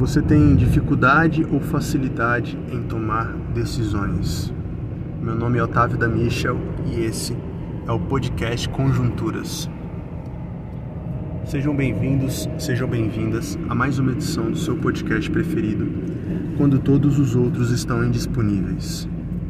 Você tem dificuldade ou facilidade em tomar decisões? Meu nome é Otávio da Michel e esse é o podcast Conjunturas. Sejam bem-vindos, sejam bem-vindas a mais uma edição do seu podcast preferido, quando todos os outros estão indisponíveis.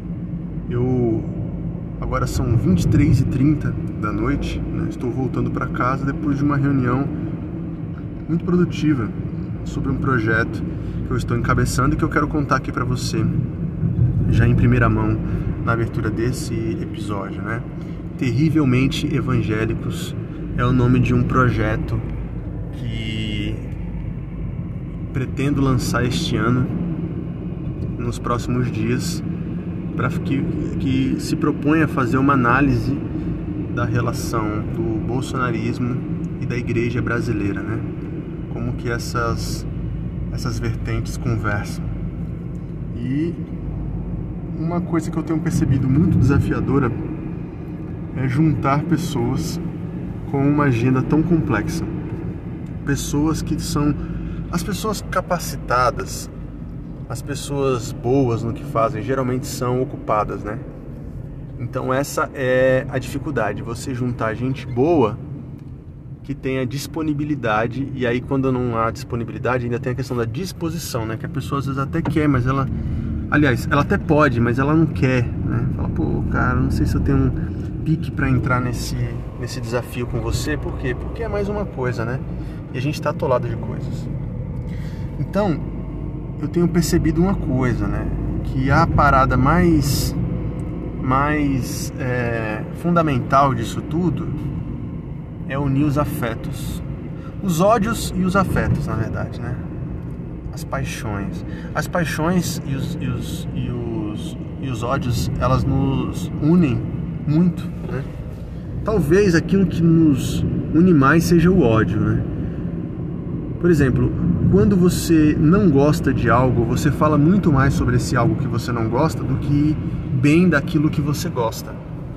Agora são 23h30 da noite, né? Estou voltando para casa depois de uma reunião muito produtiva sobre um projeto que eu estou encabeçando e que eu quero contar aqui para você, já em primeira mão, na abertura desse episódio, né? Terrivelmente Evangélicos é o nome de um projeto que pretendo lançar este ano, nos próximos dias, que se propõe a fazer uma análise da relação do bolsonarismo e da igreja brasileira, né? Como que essas vertentes conversam. E uma coisa que eu tenho percebido muito desafiadora é juntar pessoas com uma agenda tão complexa. Pessoas que são as pessoas capacitadas, as pessoas boas no que fazem, geralmente são ocupadas, né? Então essa é a dificuldade, você juntar gente boa que tenha disponibilidade, e aí quando não há disponibilidade ainda tem a questão da disposição, né? Que a pessoa às vezes até quer, mas ela até pode, mas ela não quer, né? Fala, pô, cara, não sei se eu tenho um pique para entrar nesse desafio com você. Por quê? Porque é mais uma coisa, né? E a gente tá atolado de coisas. Então, eu tenho percebido uma coisa, né? Que a parada mais fundamental disso tudo é unir os afetos, os ódios e os afetos, na verdade, né? As paixões e os ódios, elas nos unem muito, né? Talvez aquilo que nos une mais seja o ódio, né? Por exemplo, quando você não gosta de algo, você fala muito mais sobre esse algo que você não gosta do que bem daquilo que você gosta.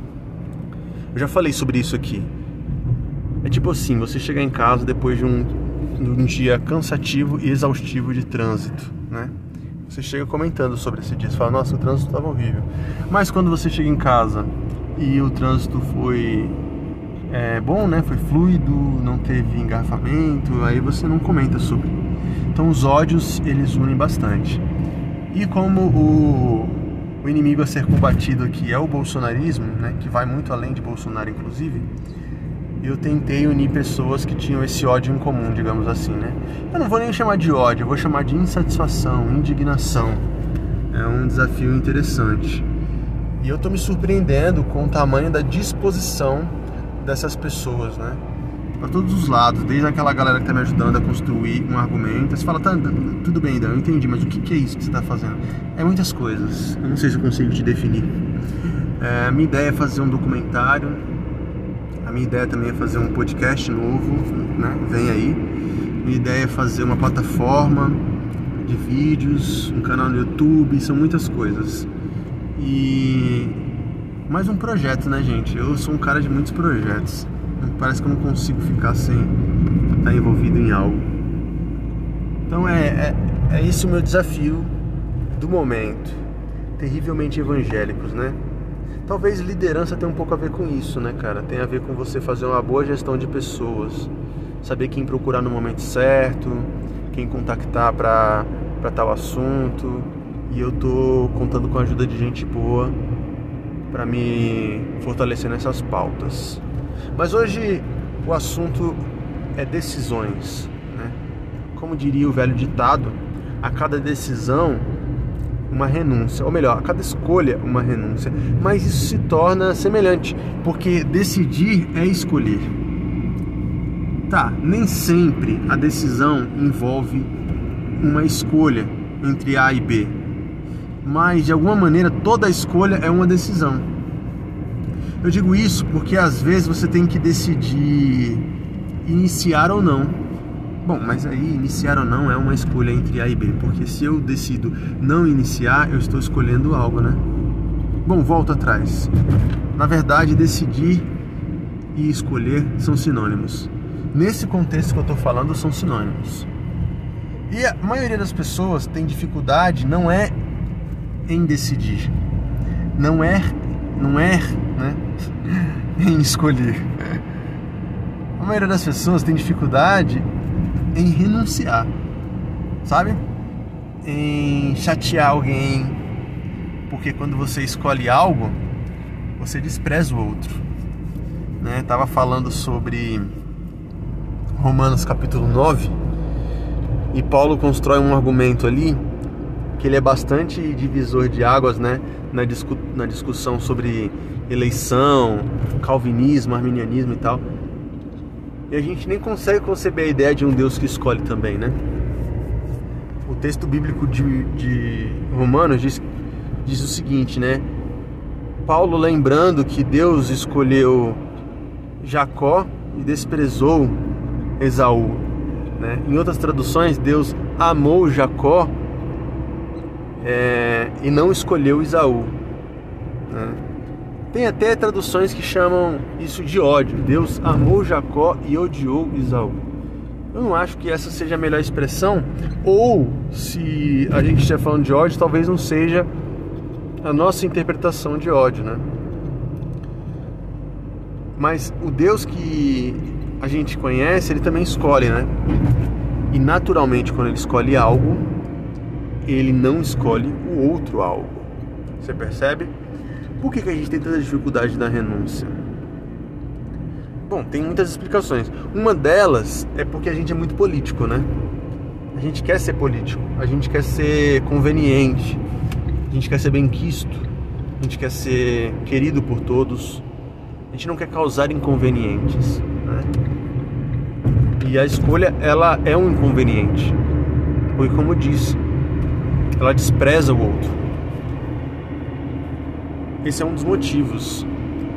Eu já falei sobre isso aqui. É tipo assim, você chegar em casa depois de um dia cansativo e exaustivo de trânsito, né? Você chega comentando sobre esse dia, você fala, nossa, o trânsito estava horrível. Mas quando você chega em casa e o trânsito foi bom, né? Foi fluido, não teve engarrafamento, aí você não comenta sobre. Então os ódios, eles unem bastante. E como o inimigo a ser combatido aqui é o bolsonarismo, né? Que vai muito além de Bolsonaro, inclusive, eu tentei unir pessoas que tinham esse ódio em comum, digamos assim, né? Eu não vou nem chamar de ódio, eu vou chamar de insatisfação, indignação. É um desafio interessante. E eu tô me surpreendendo com o tamanho da disposição dessas pessoas, né? Para todos os lados, desde aquela galera que tá me ajudando a construir um argumento. Você fala, tá, tudo bem, Dan, eu entendi, mas o que é isso que você tá fazendo? É muitas coisas, eu não sei se eu consigo te definir. A minha ideia é fazer um documentário. A minha ideia também é fazer um podcast novo, né? Vem aí. Minha ideia é fazer uma plataforma de vídeos, um canal no YouTube, são muitas coisas. E mais um projeto, né, gente? Eu sou um cara de muitos projetos. Parece que eu não consigo ficar sem estar envolvido em algo. Então é esse o meu desafio do momento. Terrivelmente evangélicos, né? Talvez liderança tenha um pouco a ver com isso, né, cara? Tem a ver com você fazer uma boa gestão de pessoas, saber quem procurar no momento certo, quem contactar para tal assunto. E eu tô contando com a ajuda de gente boa para me fortalecer nessas pautas. Mas hoje o assunto é decisões, né? Como diria o velho ditado, a cada decisão uma renúncia, ou melhor, a cada escolha uma renúncia. Mas isso se torna semelhante, porque decidir é escolher. Tá, nem sempre a decisão envolve uma escolha entre A e B, mas de alguma maneira toda escolha é uma decisão. Eu digo isso porque às vezes você tem que decidir iniciar ou não. Bom, mas aí iniciar ou não é uma escolha entre A e B, porque se eu decido não iniciar, eu estou escolhendo algo, né? Bom, volto atrás. Na verdade, decidir e escolher são sinônimos. Nesse contexto que eu estou falando, são sinônimos. E a maioria das pessoas tem dificuldade não é em decidir, não é, né, em escolher. A maioria das pessoas tem dificuldade em renunciar, sabe? Em chatear alguém, porque quando você escolhe algo, você despreza o outro, né? Tava falando sobre Romanos capítulo 9, e Paulo constrói um argumento ali que ele é bastante divisor de águas, né? Na discussão sobre eleição, calvinismo, arminianismo e tal. E a gente nem consegue conceber a ideia de um Deus que escolhe também, né? O texto bíblico de Romanos diz o seguinte, né? Paulo lembrando que Deus escolheu Jacó e desprezou Esaú, né? Em outras traduções, Deus amou Jacó e não escolheu Esaú, né? Tem até traduções que chamam isso de ódio. Deus amou Jacó e odiou Esaú. Eu não acho que essa seja a melhor expressão, ou se a gente estiver falando de ódio, talvez não seja a nossa interpretação de ódio, né? Mas o Deus que a gente conhece, ele também escolhe, né? E naturalmente, quando ele escolhe algo, ele não escolhe o outro algo. Você percebe? Por que a gente tem tanta dificuldade na renúncia? Bom, tem muitas explicações. Uma delas é porque a gente é muito político, né? A gente quer ser político, a gente quer ser conveniente, a gente quer ser benquisto, a gente quer ser querido por todos, a gente não quer causar inconvenientes, né? E a escolha, ela é um inconveniente, porque, como eu disse, ela despreza o outro. Esse é um dos motivos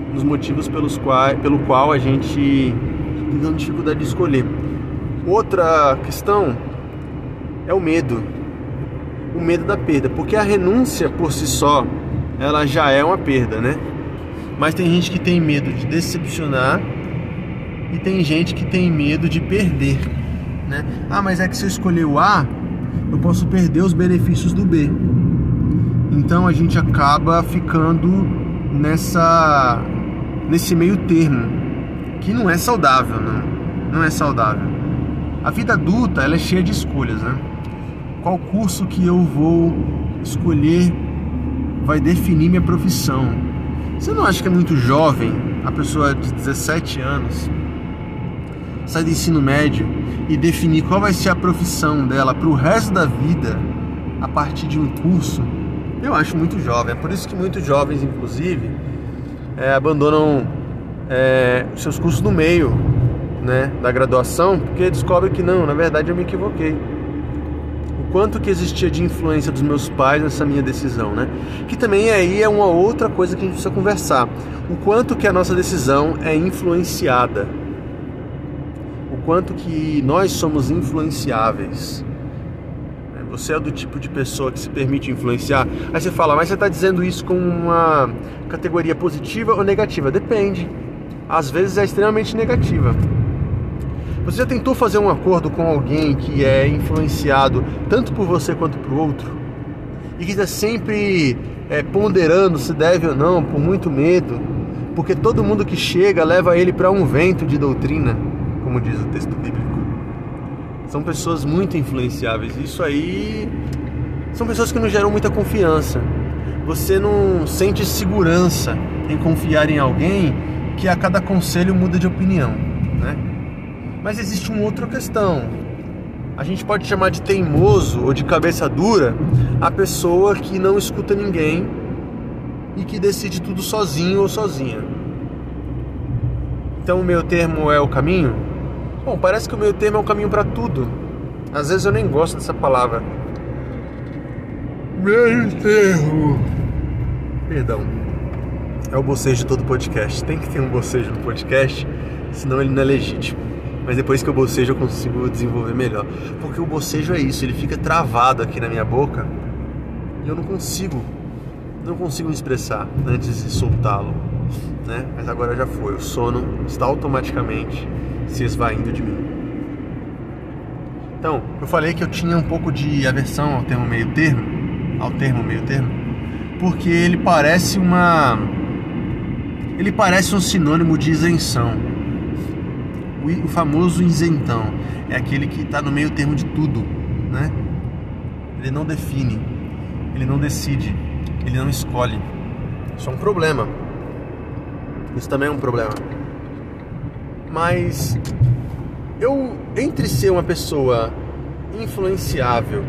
pelo qual a gente tem dificuldade de escolher. Outra questão é o medo da perda, porque a renúncia por si só, ela já é uma perda, né? Mas tem gente que tem medo de decepcionar e tem gente que tem medo de perder, né? Ah, mas é que se eu escolher o A, eu posso perder os benefícios do B. Então a gente acaba ficando nesse meio termo, que não é saudável, né? Não é saudável. A vida adulta, ela é cheia de escolhas, né? Qual curso que eu vou escolher vai definir minha profissão. Você não acha que é muito jovem a pessoa de 17 anos sair do ensino médio e definir qual vai ser a profissão dela para o resto da vida a partir de um curso? Eu acho muito jovem. É por isso que muitos jovens, inclusive, abandonam os seus cursos no meio, né, da graduação, porque descobrem que não, na verdade eu me equivoquei. O quanto que existia de influência dos meus pais nessa minha decisão, né? Que também aí é uma outra coisa que a gente precisa conversar. O quanto que a nossa decisão é influenciada. O quanto que nós somos influenciáveis. Você é do tipo de pessoa que se permite influenciar? Aí você fala, mas você está dizendo isso com uma categoria positiva ou negativa? Depende. Às vezes é extremamente negativa. Você já tentou fazer um acordo com alguém que é influenciado tanto por você quanto por outro? E que está sempre ponderando se deve ou não, por muito medo? Porque todo mundo que chega leva ele para um vento de doutrina, como diz o texto bíblico. São pessoas muito influenciáveis. Isso aí são pessoas que não geram muita confiança. Você não sente segurança em confiar em alguém que a cada conselho muda de opinião, né? Mas existe uma outra questão. A gente pode chamar de teimoso ou de cabeça dura a pessoa que não escuta ninguém e que decide tudo sozinho ou sozinha. Então o meio termo é o caminho? Bom, parece que o meio termo é um caminho para tudo. Às vezes eu nem gosto dessa palavra. Meio termo. Perdão. É o bocejo de todo podcast. Tem que ter um bocejo no podcast, senão ele não é legítimo. Mas depois que eu bocejo eu consigo desenvolver melhor. Porque o bocejo é isso, ele fica travado aqui na minha boca e eu não consigo me expressar antes de soltá-lo, né? Mas agora já foi. O sono está automaticamente se esvaindo de mim. Então, eu falei que eu tinha um pouco de aversão ao termo meio termo, porque ele parece um sinônimo de isenção. O famoso isentão é aquele que está no meio termo de tudo, né? Ele não define, ele não decide, ele não escolhe. Isso é um problema. Isso também é um problema. Mas entre ser uma pessoa influenciável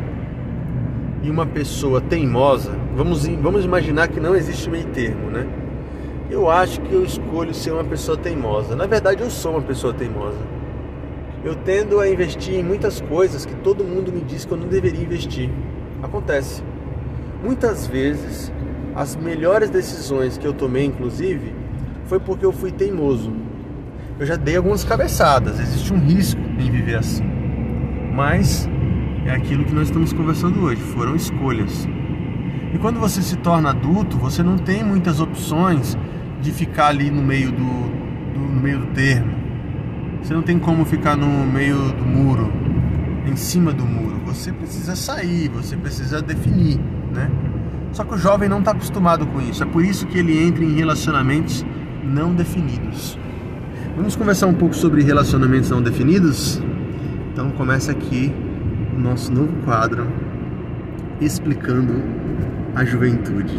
e uma pessoa teimosa, vamos imaginar que não existe meio termo, né? Eu acho que eu escolho ser uma pessoa teimosa. Na verdade, eu sou uma pessoa teimosa. Eu tendo a investir em muitas coisas que todo mundo me diz que eu não deveria investir. Acontece. Muitas vezes, as melhores decisões que eu tomei, inclusive, foi porque eu fui teimoso. Eu já dei algumas cabeçadas, existe um risco em viver assim. Mas é aquilo que nós estamos conversando hoje, foram escolhas. E quando você se torna adulto, você não tem muitas opções de ficar ali no meio do termo. Você não tem como ficar no meio do muro, em cima do muro. Você precisa sair, você precisa definir, né? Só que o jovem não está acostumado com isso. É por isso que ele entra em relacionamentos não definidos. Vamos conversar um pouco sobre relacionamentos não definidos? Então começa aqui o nosso novo quadro, explicando a juventude.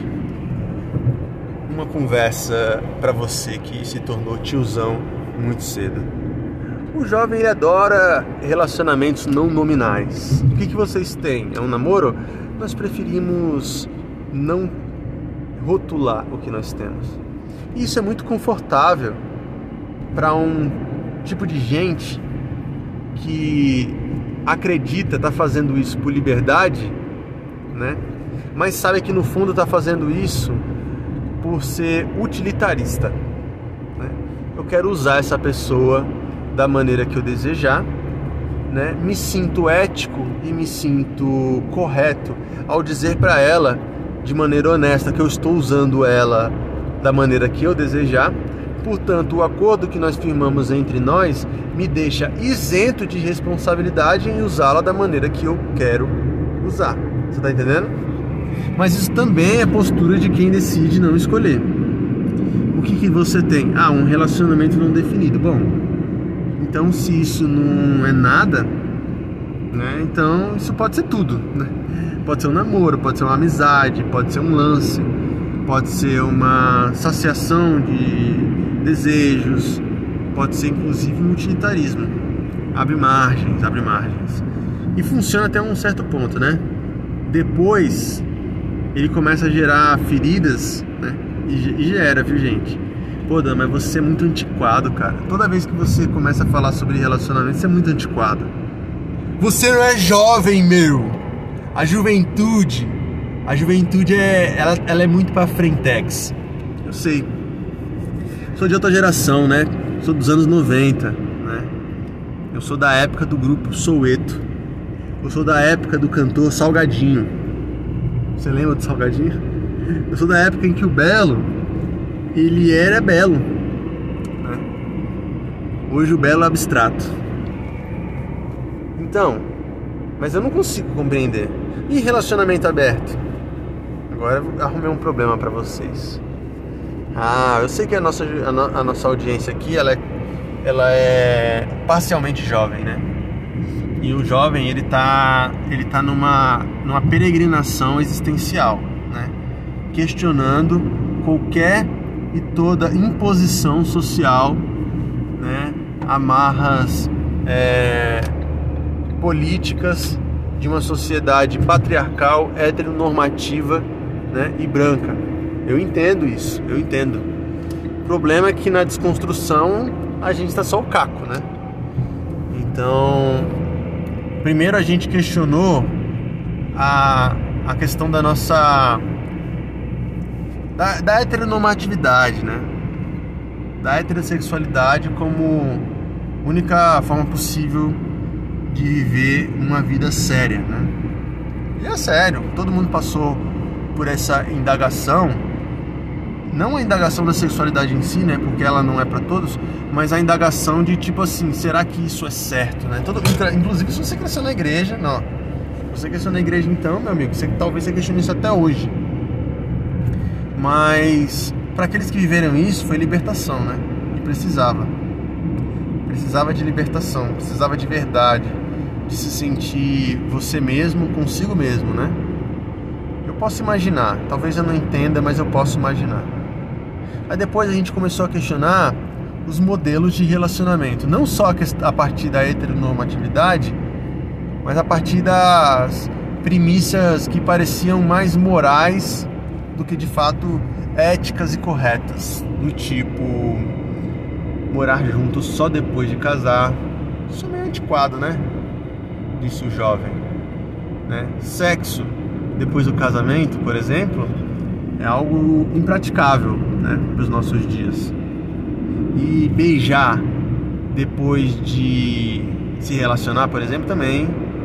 Uma conversa para você que se tornou tiozão muito cedo. O jovem, ele adora relacionamentos não nominais. O que vocês têm? É um namoro? Nós preferimos não rotular o que nós temos. E isso é muito confortável para um tipo de gente que acredita estar fazendo isso por liberdade, né? Mas sabe que no fundo está fazendo isso por ser utilitarista, né? Eu quero usar essa pessoa da maneira que eu desejar, né? Me sinto ético e me sinto correto ao dizer para ela de maneira honesta que eu estou usando ela da maneira que eu desejar. Portanto, o acordo que nós firmamos entre nós me deixa isento de responsabilidade em usá-la da maneira que eu quero usar. Você está entendendo? Mas isso também é postura de quem decide não escolher. O que você tem? Um relacionamento não definido. Bom, então se isso não é nada, né? Então isso pode ser tudo, né? Pode ser um namoro, pode ser uma amizade, pode ser um lance, pode ser uma saciação de desejos, pode ser inclusive um utilitarismo. Abre margens. E funciona até um certo ponto, né? Depois ele começa a gerar feridas, né? E gera, viu, gente? Pô, Dan, mas você é muito antiquado, cara. Toda vez que você começa a falar sobre relacionamento, você é muito antiquado. Você não é jovem, meu! A juventude ela é muito pra frentex. Eu sei. Sou de outra geração, né? Sou dos anos 90, né? Eu sou da época do grupo Soweto. Eu sou da época do cantor Salgadinho. Você lembra do Salgadinho? Eu sou da época em que o Belo, ele era belo, né? Hoje o Belo é abstrato. Então, mas eu não consigo compreender. E relacionamento aberto? Agora eu arrumei um problema pra vocês. Eu sei que a nossa audiência aqui, ela é parcialmente jovem, né? E o jovem, ele tá numa peregrinação existencial, né? Questionando qualquer e toda imposição social, né? Amarras políticas de uma sociedade patriarcal, heteronormativa, né? E branca. Eu entendo isso, eu entendo. O problema é que na desconstrução a gente tá só o caco, né? Então, primeiro a gente questionou a questão da nossa da heteronormatividade, né? Da heterossexualidade como única forma possível de viver uma vida séria, né? E é sério, todo mundo passou por essa indagação não a indagação da sexualidade em si, né, porque ela não é para todos, mas a indagação de tipo assim, será que isso é certo, né? Inclusive se você cresceu na igreja, não. Se você cresceu na igreja então, meu amigo, talvez você questione isso até hoje. Mas para aqueles que viveram isso, foi libertação, né? E precisava de libertação, precisava de verdade, de se sentir você mesmo, consigo mesmo, né? Eu posso imaginar, talvez eu não entenda, mas eu posso imaginar. Aí depois a gente começou a questionar os modelos de relacionamento, não só a partir da heteronormatividade, mas a partir das premissas que pareciam mais morais do que de fato éticas e corretas, do tipo morar juntos só depois de casar. Isso é meio antiquado, né? Disse o jovem, né? Sexo depois do casamento, por exemplo, é algo impraticável, né, para os nossos dias. E beijar depois de se relacionar, por exemplo, também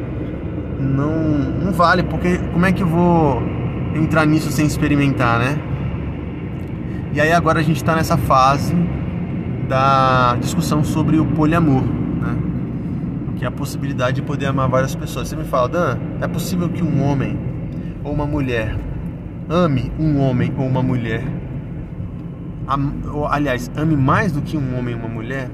não vale, porque como é que eu vou entrar nisso sem experimentar, né? E aí agora a gente está nessa fase da discussão sobre o poliamor, né? Que é a possibilidade de poder amar várias pessoas. Você me fala, Dan, é possível que um homem ou uma mulher ame um homem ou uma mulher, aliás, ame mais do que um homem ou uma mulher?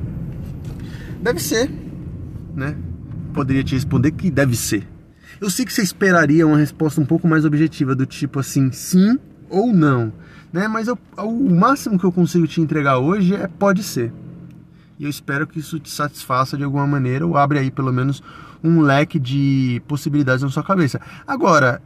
Deve ser, né? Poderia te responder que deve ser. Eu sei que você esperaria uma resposta um pouco mais objetiva, do tipo assim, sim ou não, né? Mas o máximo que eu consigo te entregar hoje é pode ser. E eu espero que isso te satisfaça de alguma maneira, ou abre aí pelo menos um leque de possibilidades na sua cabeça. Agora,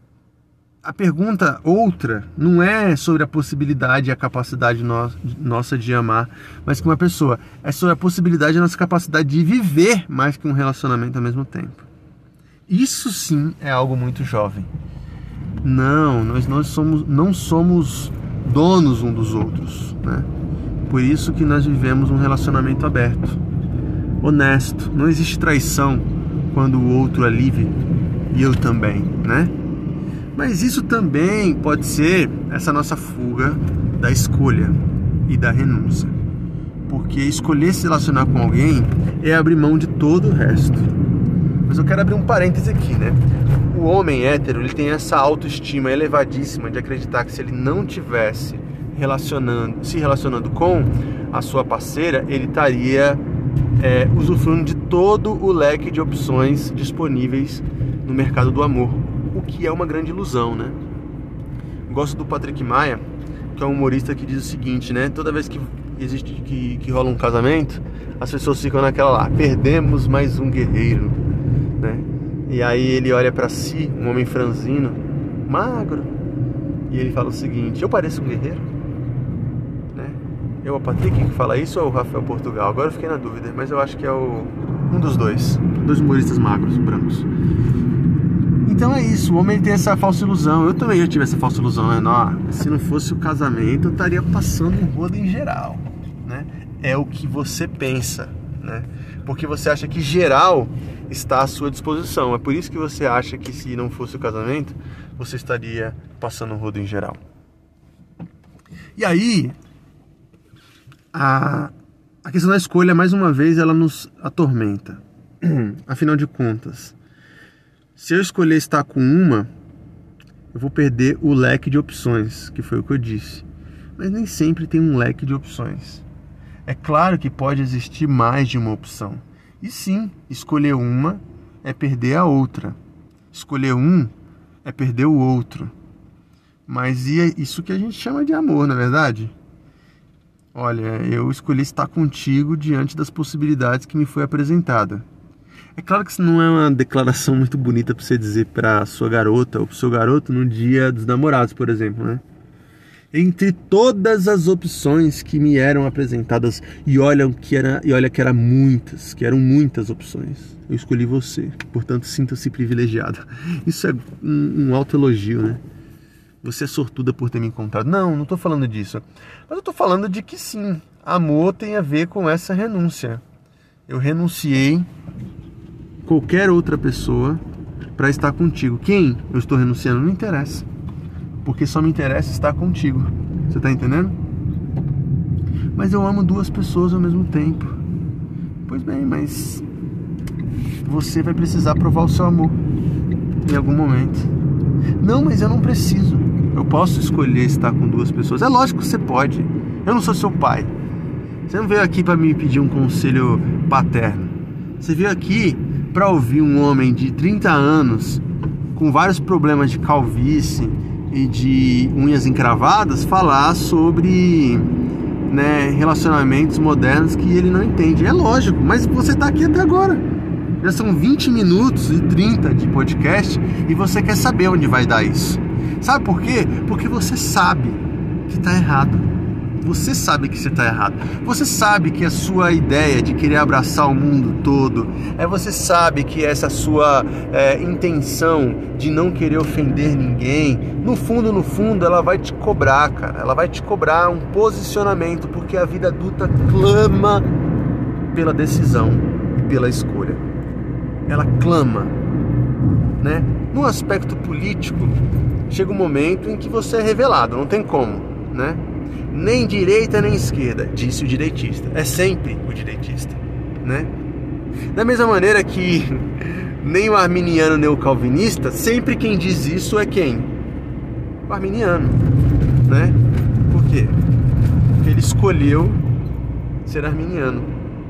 a pergunta outra não é sobre a possibilidade e a capacidade nossa de amar mais que uma pessoa. É sobre a possibilidade e a nossa capacidade de viver mais que um relacionamento ao mesmo tempo. Isso sim é algo muito jovem. Não, nós não somos donos um dos outros, né? Por isso que nós vivemos um relacionamento aberto, honesto. Não existe traição quando o outro é livre e eu também, né? Mas isso também pode ser essa nossa fuga da escolha e da renúncia. Porque escolher se relacionar com alguém é abrir mão de todo o resto. Mas eu quero abrir um parêntese aqui, né? O homem hétero, ele tem essa autoestima elevadíssima de acreditar que se ele não tivesse se relacionando com a sua parceira, ele estaria usufruindo de todo o leque de opções disponíveis no mercado do amor. O que é uma grande ilusão, né? Gosto do Patrick Maia, que é um humorista que diz o seguinte, né? Toda vez que existe que rola um casamento, as pessoas ficam naquela lá, perdemos mais um guerreiro, né? E aí ele olha pra si, um homem franzino, magro, e ele fala o seguinte: eu pareço um guerreiro? Né? É o Patrick que fala isso ou é o Rafael Portugal? Agora eu fiquei na dúvida, mas eu acho que é um dos dois humoristas magros, brancos. Então é isso, o homem tem essa falsa ilusão. Eu também tive essa falsa ilusão, né? Não, se não fosse o casamento, eu estaria passando um rodo em geral, né? É o que você pensa, né? Porque você acha que geral está à sua disposição. É por isso que você acha que se não fosse o casamento, você estaria passando um rodo em geral. E aí, a questão da escolha, mais uma vez, ela nos atormenta. Afinal de contas, se eu escolher estar com uma, eu vou perder o leque de opções, que foi o que eu disse. Mas nem sempre tem um leque de opções. É claro que pode existir mais de uma opção. E sim, escolher uma é perder a outra. Escolher um é perder o outro. Mas e é isso que a gente chama de amor, não é verdade? Olha, eu escolhi estar contigo diante das possibilidades que me foi apresentada. É claro que isso não é uma declaração muito bonita para você dizer para sua garota ou para o seu garoto no dia dos namorados, por exemplo, né? Entre todas as opções que me eram apresentadas, e olha que eram muitas opções, eu escolhi você, portanto sinta-se privilegiado. Isso é um autoelogio, né? Você é sortuda por ter me encontrado. Não estou falando disso. Mas eu estou falando de que sim, amor tem a ver com essa renúncia. Eu renunciei qualquer outra pessoa para estar contigo. Quem eu estou renunciando não interessa, porque só me interessa estar contigo. Você tá entendendo? Mas eu amo duas pessoas ao mesmo tempo. Pois bem, mas você vai precisar provar o seu amor em algum momento. Não, mas eu não preciso. Eu posso escolher estar com duas pessoas. É lógico que você pode. Eu não sou seu pai. Você não veio aqui para me pedir um conselho paterno. Você veio aqui para ouvir um homem de 30 anos com vários problemas de calvície e de unhas encravadas falar sobre, né, relacionamentos modernos que ele não entende. É lógico, mas você está aqui até agora. Já são 20 minutos e 30 de podcast e você quer saber onde vai dar isso. Sabe por quê? Porque você sabe que está errado. Você sabe que você está errado. Você sabe que a sua ideia de querer abraçar o mundo todo, você sabe que essa sua intenção de não querer ofender ninguém, no fundo, ela vai te cobrar, cara. Ela vai te cobrar um posicionamento, porque a vida adulta clama pela decisão e pela escolha. Ela clama, né? No aspecto político, chega um momento em que você é revelado, não tem como, né? Nem direita nem esquerda, disse o direitista. É sempre o direitista, né? Da mesma maneira que nem o arminiano nem o calvinista, sempre quem diz isso é quem? O arminiano, né? Por quê? Porque ele escolheu ser arminiano.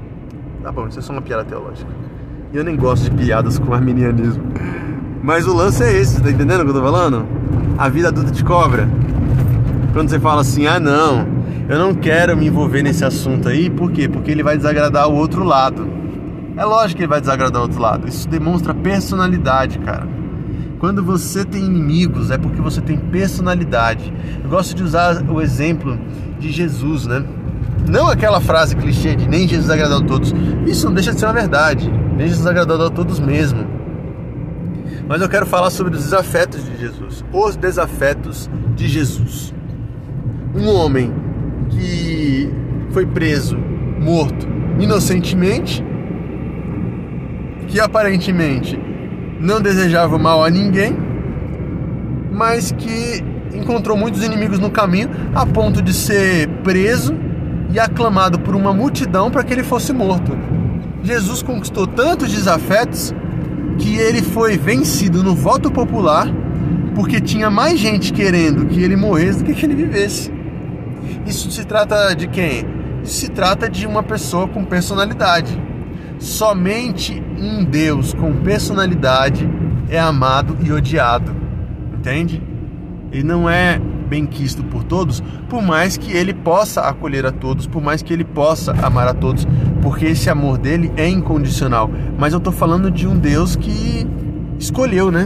Tá bom, isso é só uma piada teológica. E eu nem gosto de piadas com arminianismo. Mas o lance é esse, tá entendendo o que eu tô falando? A vida adulta te cobra. Quando você fala assim, não, eu não quero me envolver nesse assunto aí, por quê? Porque ele vai desagradar o outro lado. É lógico que ele vai desagradar o outro lado. Isso demonstra personalidade, cara. Quando você tem inimigos, é porque você tem personalidade. Eu gosto de usar o exemplo de Jesus, né? Não aquela frase clichê de nem Jesus agradou a todos. Isso não deixa de ser uma verdade. Nem Jesus agradou a todos mesmo. Mas eu quero falar sobre os desafetos de Jesus. Os desafetos de Jesus. Um homem que foi preso, morto, inocentemente, que aparentemente não desejava mal a ninguém, mas que encontrou muitos inimigos no caminho, a ponto de ser preso e aclamado por uma multidão para que ele fosse morto. Jesus conquistou tantos desafetos que ele foi vencido no voto popular, porque tinha mais gente querendo que ele morresse do que ele vivesse. Isso se trata de quem? Isso se trata de uma pessoa com personalidade. Somente um Deus com personalidade é amado e odiado. Entende? Ele não é benquisto por todos, por mais que ele possa acolher a todos, por mais que ele possa amar a todos, porque esse amor dele é incondicional. Mas eu tô falando de um Deus que escolheu, né?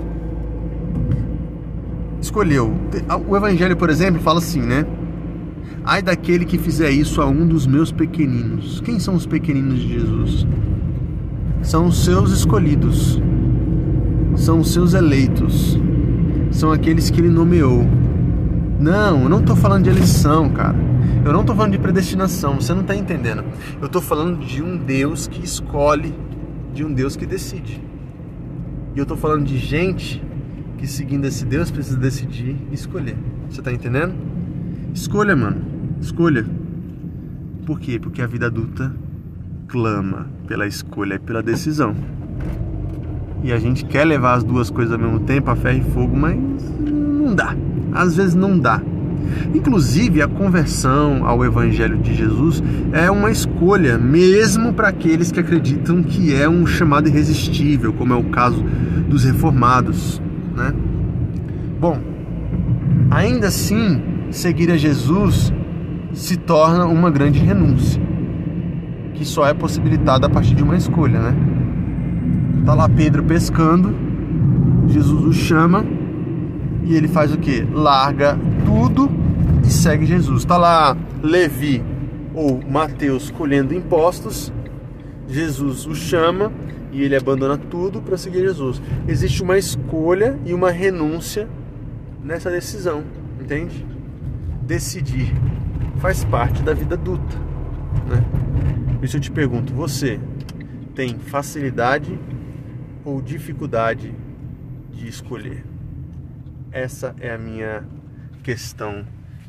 Escolheu. O Evangelho, por exemplo, fala assim, né? Ai daquele que fizer isso a um dos meus pequeninos. Quem são os pequeninos de Jesus? São os seus escolhidos. São os seus eleitos. São aqueles que ele nomeou. Não, eu não estou falando de eleição, cara. Eu não estou falando de predestinação. Você não está entendendo. Eu estou falando de um Deus que escolhe, de um Deus que decide. E eu estou falando de gente que, seguindo esse Deus, precisa decidir e escolher. Você está entendendo? Escolha, mano. Escolha. Por quê? Porque a vida adulta clama pela escolha e pela decisão. E a gente quer levar as duas coisas ao mesmo tempo, a ferro e fogo, mas não dá. Às vezes não dá. Inclusive, a conversão ao Evangelho de Jesus é uma escolha, mesmo para aqueles que acreditam que é um chamado irresistível, como é o caso dos reformados, né? Bom, ainda assim, seguir a Jesus se torna uma grande renúncia, que só é possibilitada a partir de uma escolha, né? Tá lá Pedro pescando, Jesus o chama e ele faz o quê? Larga tudo e segue Jesus. Tá lá Levi ou Mateus colhendo impostos, Jesus o chama e ele abandona tudo para seguir Jesus. Existe uma escolha e uma renúncia nessa decisão, entende? Decidir faz parte da vida adulta, né? E se eu te pergunto, você tem facilidade ou dificuldade de escolher? Essa é a minha questão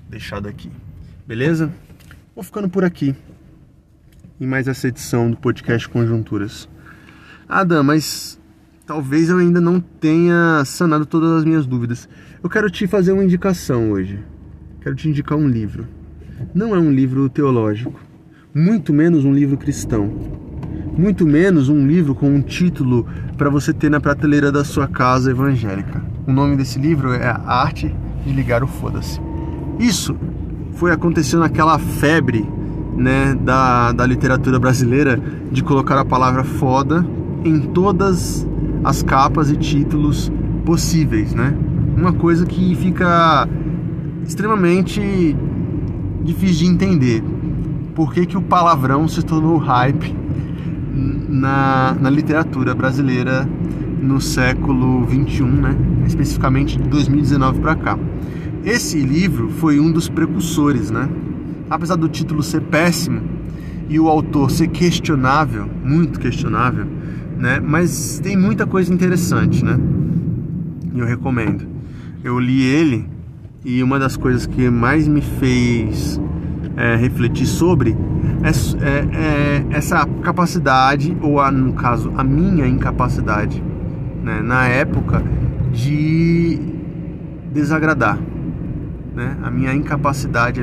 deixado aqui. Beleza? Vou ficando por aqui em mais essa edição do podcast Conjunturas. Dan, mas talvez eu ainda não tenha sanado todas as minhas dúvidas. Eu quero te fazer uma indicação hoje. Quero te indicar um livro. Não é um livro teológico, muito menos um livro cristão, muito menos um livro com um título para você ter na prateleira da sua casa evangélica. O nome desse livro é A Arte de Ligar o Foda-se. Isso aconteceu naquela febre, né, da literatura brasileira de colocar a palavra foda em todas as capas e títulos possíveis, né? Uma coisa que fica extremamente difícil de entender. Por que o palavrão se tornou hype na literatura brasileira no século XXI, né? Especificamente de 2019 para cá. Esse livro foi um dos precursores, né? Apesar do título ser péssimo e o autor ser questionável, muito questionável, né? Mas tem muita coisa interessante, né? E eu recomendo. Eu li ele e uma das coisas que mais me fez refletir sobre é essa capacidade, ou no caso, a minha incapacidade, né? Na época de desagradar, né? A minha incapacidade, a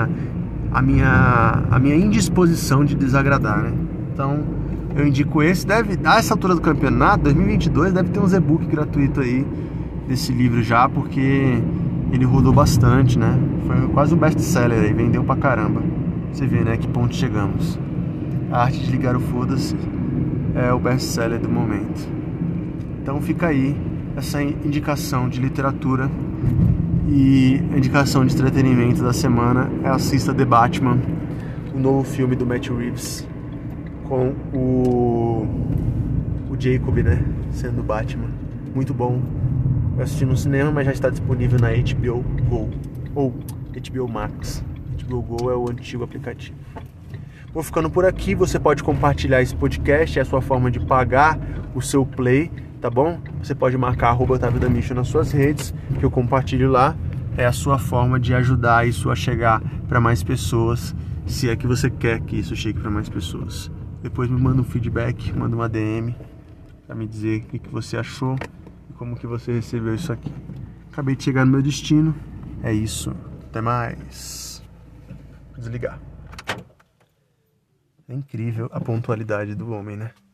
minha indisposição de desagradar, né? Então, eu indico esse. Deve, a essa altura do campeonato, 2022, deve ter um e-book gratuito aí desse livro já, porque ele rodou bastante, né? Foi quase um best-seller aí, vendeu pra caramba. Você vê, né, que ponto chegamos. A Arte de Ligar o Foda-se é o best-seller do momento. Então fica aí essa indicação de literatura. E a indicação de entretenimento da semana é assista The Batman, o novo filme do Matt Reeves, com o Jacob, né, sendo o Batman. Muito bom. Eu assisti no cinema, mas já está disponível na HBO Go ou HBO Max. HBO Go é o antigo aplicativo. Vou ficando por aqui. Você pode compartilhar esse podcast, é a sua forma de pagar o seu play, tá bom? Você pode marcar @OtávioDamicho nas suas redes, que eu compartilho lá. É a sua forma de ajudar isso a chegar para mais pessoas, se é que você quer que isso chegue para mais pessoas. Depois me manda um feedback, manda uma DM para me dizer o que você achou e como que você recebeu isso aqui. Acabei de chegar no meu destino. É isso. Até mais. Vou desligar. É incrível a pontualidade do homem, né?